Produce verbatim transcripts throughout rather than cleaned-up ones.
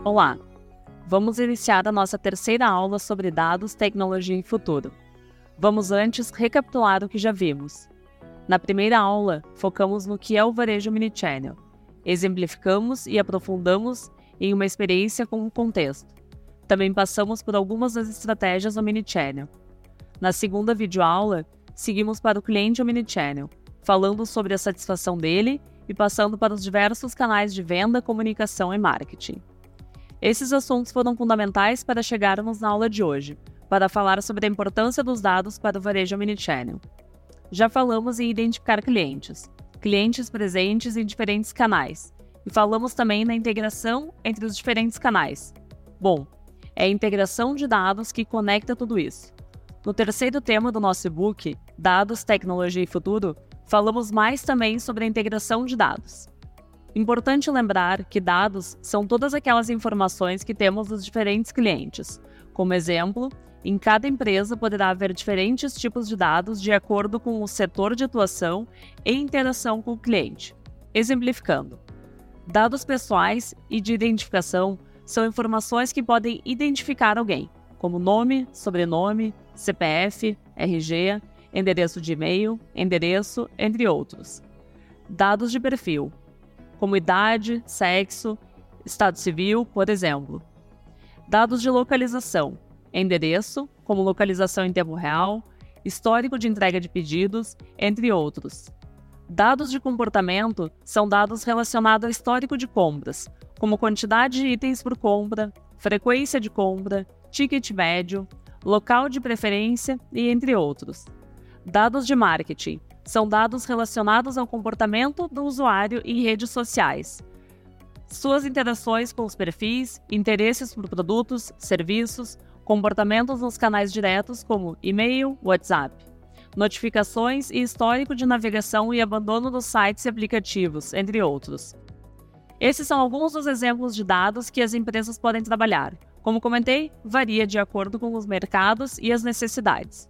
Olá! Vamos iniciar a nossa terceira aula sobre dados, tecnologia e futuro. Vamos antes recapitular o que já vimos. Na primeira aula, focamos no que é o varejo omnichannel. Exemplificamos e aprofundamos em uma experiência com um contexto. Também passamos por algumas das estratégias omnichannel. Na segunda videoaula, seguimos para o cliente omnichannel, falando sobre a satisfação dele e passando para os diversos canais de venda, comunicação e marketing. Esses assuntos foram fundamentais para chegarmos na aula de hoje, para falar sobre a importância dos dados para o varejo omnichannel. Já falamos em identificar clientes, clientes presentes em diferentes canais, e falamos também na integração entre os diferentes canais. Bom, é a integração de dados que conecta tudo isso. No terceiro tema do nosso e-book, Dados, Tecnologia e Futuro, falamos mais também sobre a integração de dados. Importante lembrar que dados são todas aquelas informações que temos dos diferentes clientes. Como exemplo, em cada empresa poderá haver diferentes tipos de dados de acordo com o setor de atuação e interação com o cliente. Exemplificando, dados pessoais e de identificação são informações que podem identificar alguém, como nome, sobrenome, C P F, R G, endereço de e-mail, endereço, entre outros. Dados de perfil, como idade, sexo, estado civil, por exemplo. Dados de localização, endereço, como localização em tempo real, histórico de entrega de pedidos, entre outros. Dados de comportamento são dados relacionados ao histórico de compras, como quantidade de itens por compra, frequência de compra, ticket médio, local de preferência e entre outros. Dados de marketing são dados relacionados ao comportamento do usuário em redes sociais, suas interações com os perfis, interesses por produtos, serviços, comportamentos nos canais diretos como e-mail, WhatsApp, notificações e histórico de navegação e abandono dos sites e aplicativos, entre outros. Esses são alguns dos exemplos de dados que as empresas podem trabalhar. Como comentei, varia de acordo com os mercados e as necessidades.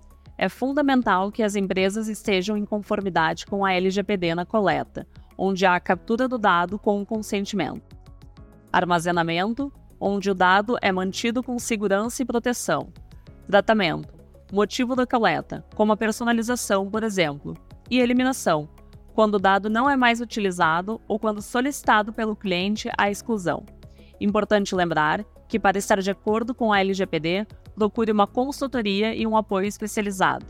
É fundamental que as empresas estejam em conformidade com a L G P D na coleta, onde há a captura do dado com o consentimento. Armazenamento, onde o dado é mantido com segurança e proteção. Tratamento, motivo da coleta, como a personalização, por exemplo. E eliminação, quando o dado não é mais utilizado ou quando solicitado pelo cliente a exclusão. Importante lembrar que, para estar de acordo com a L G P D, procure uma consultoria e um apoio especializado.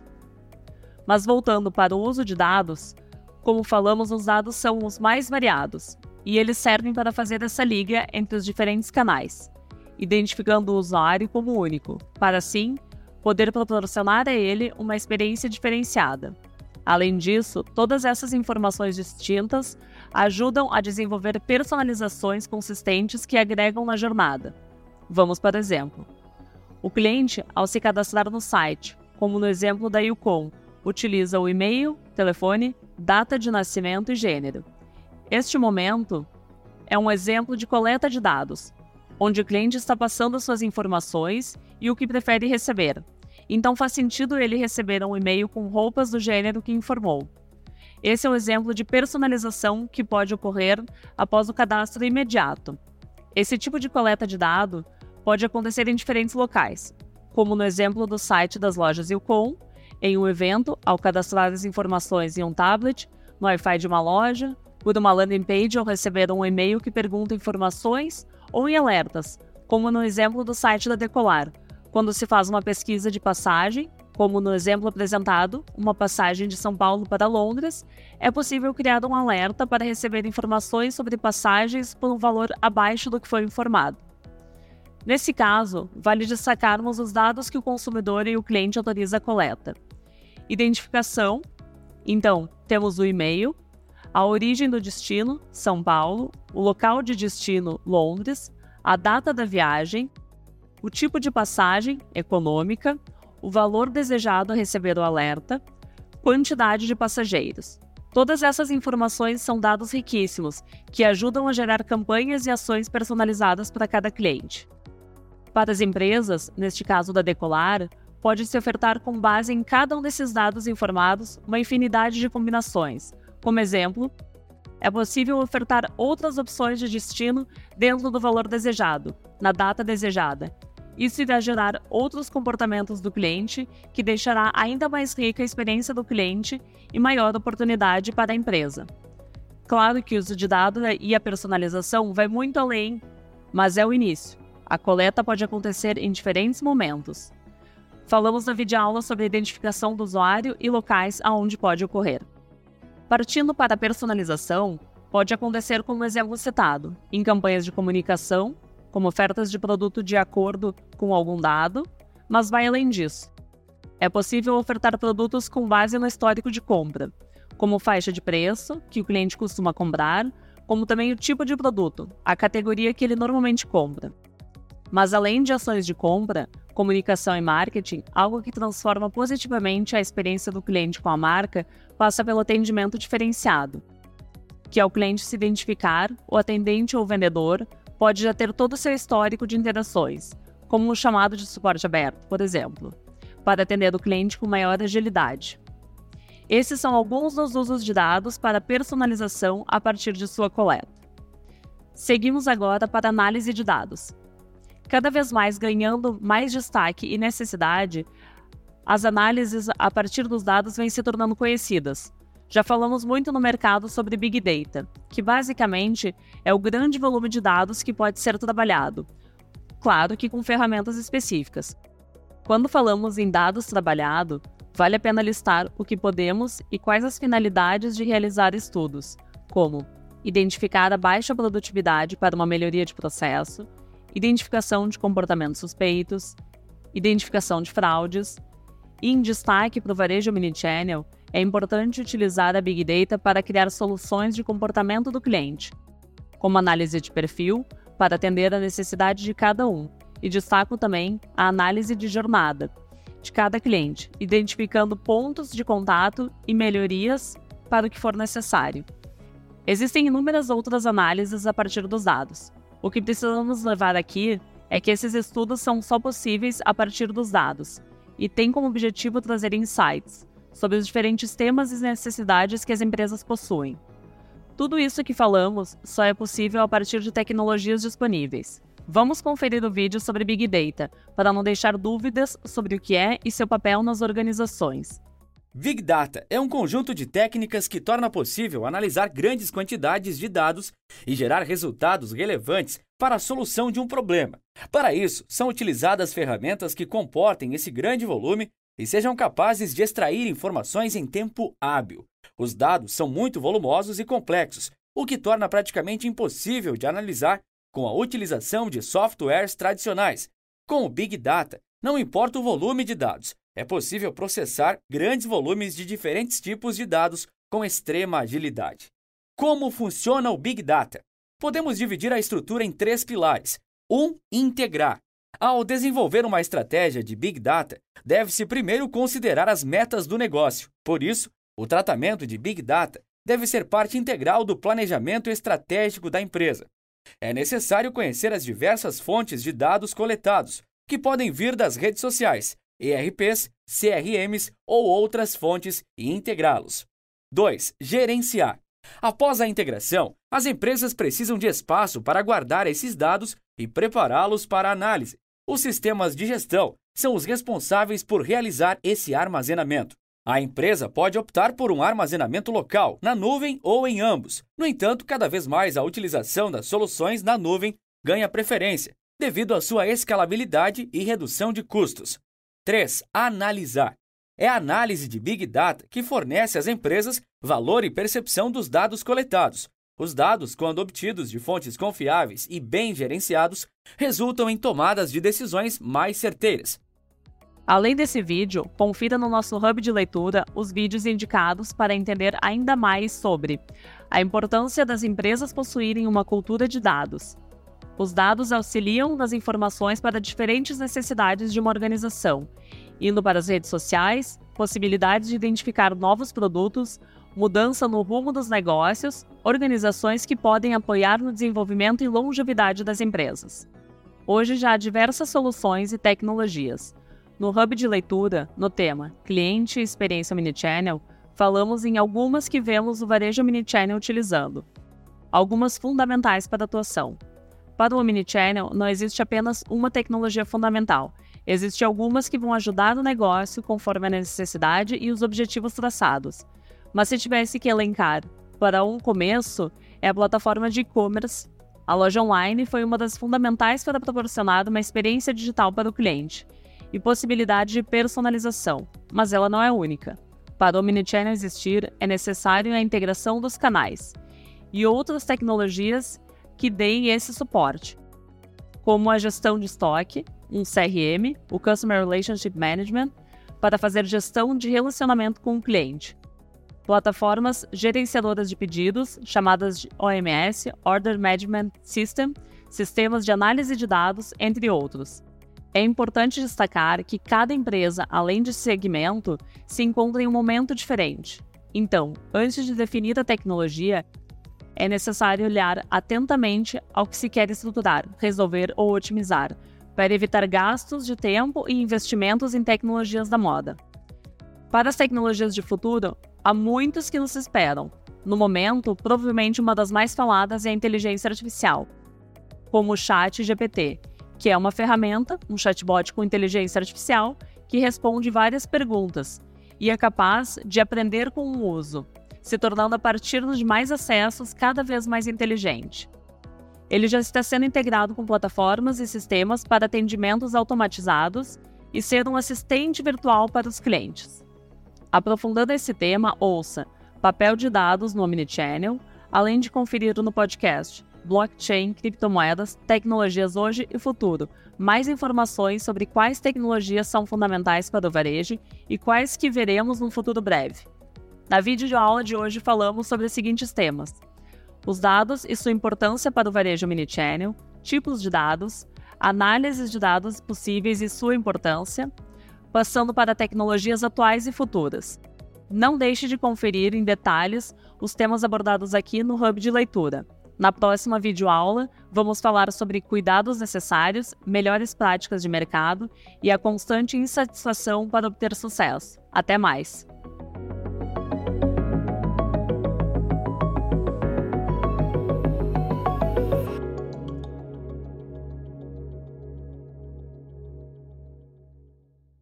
Mas voltando para o uso de dados, como falamos, os dados são os mais variados, e eles servem para fazer essa liga entre os diferentes canais, identificando o usuário como único, para assim poder proporcionar a ele uma experiência diferenciada. Além disso, todas essas informações distintas ajudam a desenvolver personalizações consistentes que agregam na jornada. Vamos para exemplo. O cliente, ao se cadastrar no site, como no exemplo da Youcom, utiliza o e-mail, telefone, data de nascimento e gênero. Este momento é um exemplo de coleta de dados, onde o cliente está passando suas informações e o que prefere receber. Então faz sentido ele receber um e-mail com roupas do gênero que informou. Esse é um exemplo de personalização que pode ocorrer após o cadastro imediato. Esse tipo de coleta de dado pode acontecer em diferentes locais, como no exemplo do site das lojas Youcom, em um evento, ao cadastrar as informações em um tablet, no Wi-Fi de uma loja, por uma landing page ao receber um e-mail que pergunta informações, ou em alertas, como no exemplo do site da Decolar, quando se faz uma pesquisa de passagem, como no exemplo apresentado, uma passagem de São Paulo para Londres, é possível criar um alerta para receber informações sobre passagens por um valor abaixo do que foi informado. Nesse caso, vale destacarmos os dados que o consumidor e o cliente autoriza a coleta. Identificação, então, temos o e-mail, a origem do destino, São Paulo, o local de destino, Londres, a data da viagem, o tipo de passagem, econômica, o valor desejado a receber o alerta, quantidade de passageiros. Todas essas informações são dados riquíssimos, que ajudam a gerar campanhas e ações personalizadas para cada cliente. Para as empresas, neste caso da Decolar, pode-se ofertar com base em cada um desses dados informados uma infinidade de combinações. Como exemplo, é possível ofertar outras opções de destino dentro do valor desejado, na data desejada. Isso irá gerar outros comportamentos do cliente, que deixará ainda mais rica a experiência do cliente e maior oportunidade para a empresa. Claro que o uso de dados e a personalização vai muito além, mas é o início. A coleta pode acontecer em diferentes momentos. Falamos na videoaula sobre a identificação do usuário e locais aonde pode ocorrer. Partindo para a personalização, pode acontecer como exemplo citado, em campanhas de comunicação, como ofertas de produto de acordo com algum dado, mas vai além disso. É possível ofertar produtos com base no histórico de compra, como faixa de preço, que o cliente costuma comprar, como também o tipo de produto, a categoria que ele normalmente compra. Mas além de ações de compra, comunicação e marketing, algo que transforma positivamente a experiência do cliente com a marca passa pelo atendimento diferenciado, que ao cliente se identificar, o atendente ou o vendedor pode já ter todo o seu histórico de interações, como um chamado de suporte aberto, por exemplo, para atender o cliente com maior agilidade. Esses são alguns dos usos de dados para personalização a partir de sua coleta. Seguimos agora para a análise de dados. Cada vez mais ganhando mais destaque e necessidade, as análises a partir dos dados vêm se tornando conhecidas. Já falamos muito no mercado sobre Big Data, que basicamente é o grande volume de dados que pode ser trabalhado, claro que com ferramentas específicas. Quando falamos em dados trabalhado, vale a pena listar o que podemos e quais as finalidades de realizar estudos, como identificar a baixa produtividade para uma melhoria de processo, identificação de comportamentos suspeitos, identificação de fraudes, e em destaque para o varejo omnichannel, é importante utilizar a Big Data para criar soluções de comportamento do cliente, como análise de perfil, para atender a necessidade de cada um, e destaco também a análise de jornada de cada cliente, identificando pontos de contato e melhorias para o que for necessário. Existem inúmeras outras análises a partir dos dados. O que precisamos levar aqui é que esses estudos são só possíveis a partir dos dados e têm como objetivo trazer insights sobre os diferentes temas e necessidades que as empresas possuem. Tudo isso que falamos só é possível a partir de tecnologias disponíveis. Vamos conferir o vídeo sobre Big Data, para não deixar dúvidas sobre o que é e seu papel nas organizações. Big Data é um conjunto de técnicas que torna possível analisar grandes quantidades de dados e gerar resultados relevantes para a solução de um problema. Para isso, são utilizadas ferramentas que comportem esse grande volume e sejam capazes de extrair informações em tempo hábil. Os dados são muito volumosos e complexos, o que torna praticamente impossível de analisar com a utilização de softwares tradicionais. Com o Big Data, não importa o volume de dados, é possível processar grandes volumes de diferentes tipos de dados com extrema agilidade. Como funciona o Big Data? Podemos dividir a estrutura em três pilares. um. Integrar. Ao desenvolver uma estratégia de Big Data, deve-se primeiro considerar as metas do negócio. Por isso, o tratamento de Big Data deve ser parte integral do planejamento estratégico da empresa. É necessário conhecer as diversas fontes de dados coletados, que podem vir das redes sociais, E R Ps, C R Ms ou outras fontes, e integrá-los. dois. Gerenciar. Após a integração, as empresas precisam de espaço para guardar esses dados e prepará-los para análise. Os sistemas de gestão são os responsáveis por realizar esse armazenamento. A empresa pode optar por um armazenamento local, na nuvem ou em ambos. No entanto, cada vez mais a utilização das soluções na nuvem ganha preferência, devido à sua escalabilidade e redução de custos. três. Analisar. É a análise de Big Data que fornece às empresas valor e percepção dos dados coletados. Os dados, quando obtidos de fontes confiáveis e bem gerenciados, resultam em tomadas de decisões mais certeiras. Além desse vídeo, confira no nosso hub de leitura os vídeos indicados para entender ainda mais sobre a importância das empresas possuírem uma cultura de dados. Os dados auxiliam nas informações para diferentes necessidades de uma organização, indo para as redes sociais, possibilidades de identificar novos produtos, mudança no rumo dos negócios, organizações que podem apoiar no desenvolvimento e longevidade das empresas. Hoje já há diversas soluções e tecnologias. No hub de leitura, no tema Cliente e Experiência Omnichannel, falamos em algumas que vemos o varejo omnichannel utilizando. Algumas fundamentais para a atuação. Para o omnichannel, não existe apenas uma tecnologia fundamental. Existem algumas que vão ajudar o negócio conforme a necessidade e os objetivos traçados. Mas se tivesse que elencar para um começo, é a plataforma de e-commerce. A loja online foi uma das fundamentais para proporcionar uma experiência digital para o cliente e possibilidade de personalização, mas ela não é única. Para o omnichannel existir, é necessário a integração dos canais e outras tecnologias que deem esse suporte, como a gestão de estoque, um C R M, o Customer Relationship Management, para fazer gestão de relacionamento com o cliente. Plataformas gerenciadoras de pedidos, chamadas de O M S, Order Management System, sistemas de análise de dados, entre outros. É importante destacar que cada empresa, além de segmento, se encontra em um momento diferente. Então, antes de definir a tecnologia, é necessário olhar atentamente ao que se quer estruturar, resolver ou otimizar, para evitar gastos de tempo e investimentos em tecnologias da moda. Para as tecnologias de futuro, há muitos que nos esperam. No momento, provavelmente uma das mais faladas é a inteligência artificial, como o Chat G P T, que é uma ferramenta, um chatbot com inteligência artificial, que responde várias perguntas e é capaz de aprender com o uso, se tornando a partir de mais acessos cada vez mais inteligente. Ele já está sendo integrado com plataformas e sistemas para atendimentos automatizados e ser um assistente virtual para os clientes. Aprofundando esse tema, ouça Papel de Dados no Omnichannel, além de conferir no podcast Blockchain, Criptomoedas, Tecnologias Hoje e Futuro. Mais informações sobre quais tecnologias são fundamentais para o varejo e quais que veremos no futuro breve. Na videoaula de hoje falamos sobre os seguintes temas: os dados e sua importância para o varejo omnichannel, tipos de dados, análises de dados possíveis e sua importância, passando para tecnologias atuais e futuras. Não deixe de conferir em detalhes os temas abordados aqui no Hub de Leitura. Na próxima videoaula, vamos falar sobre cuidados necessários, melhores práticas de mercado e a constante insatisfação para obter sucesso. Até mais!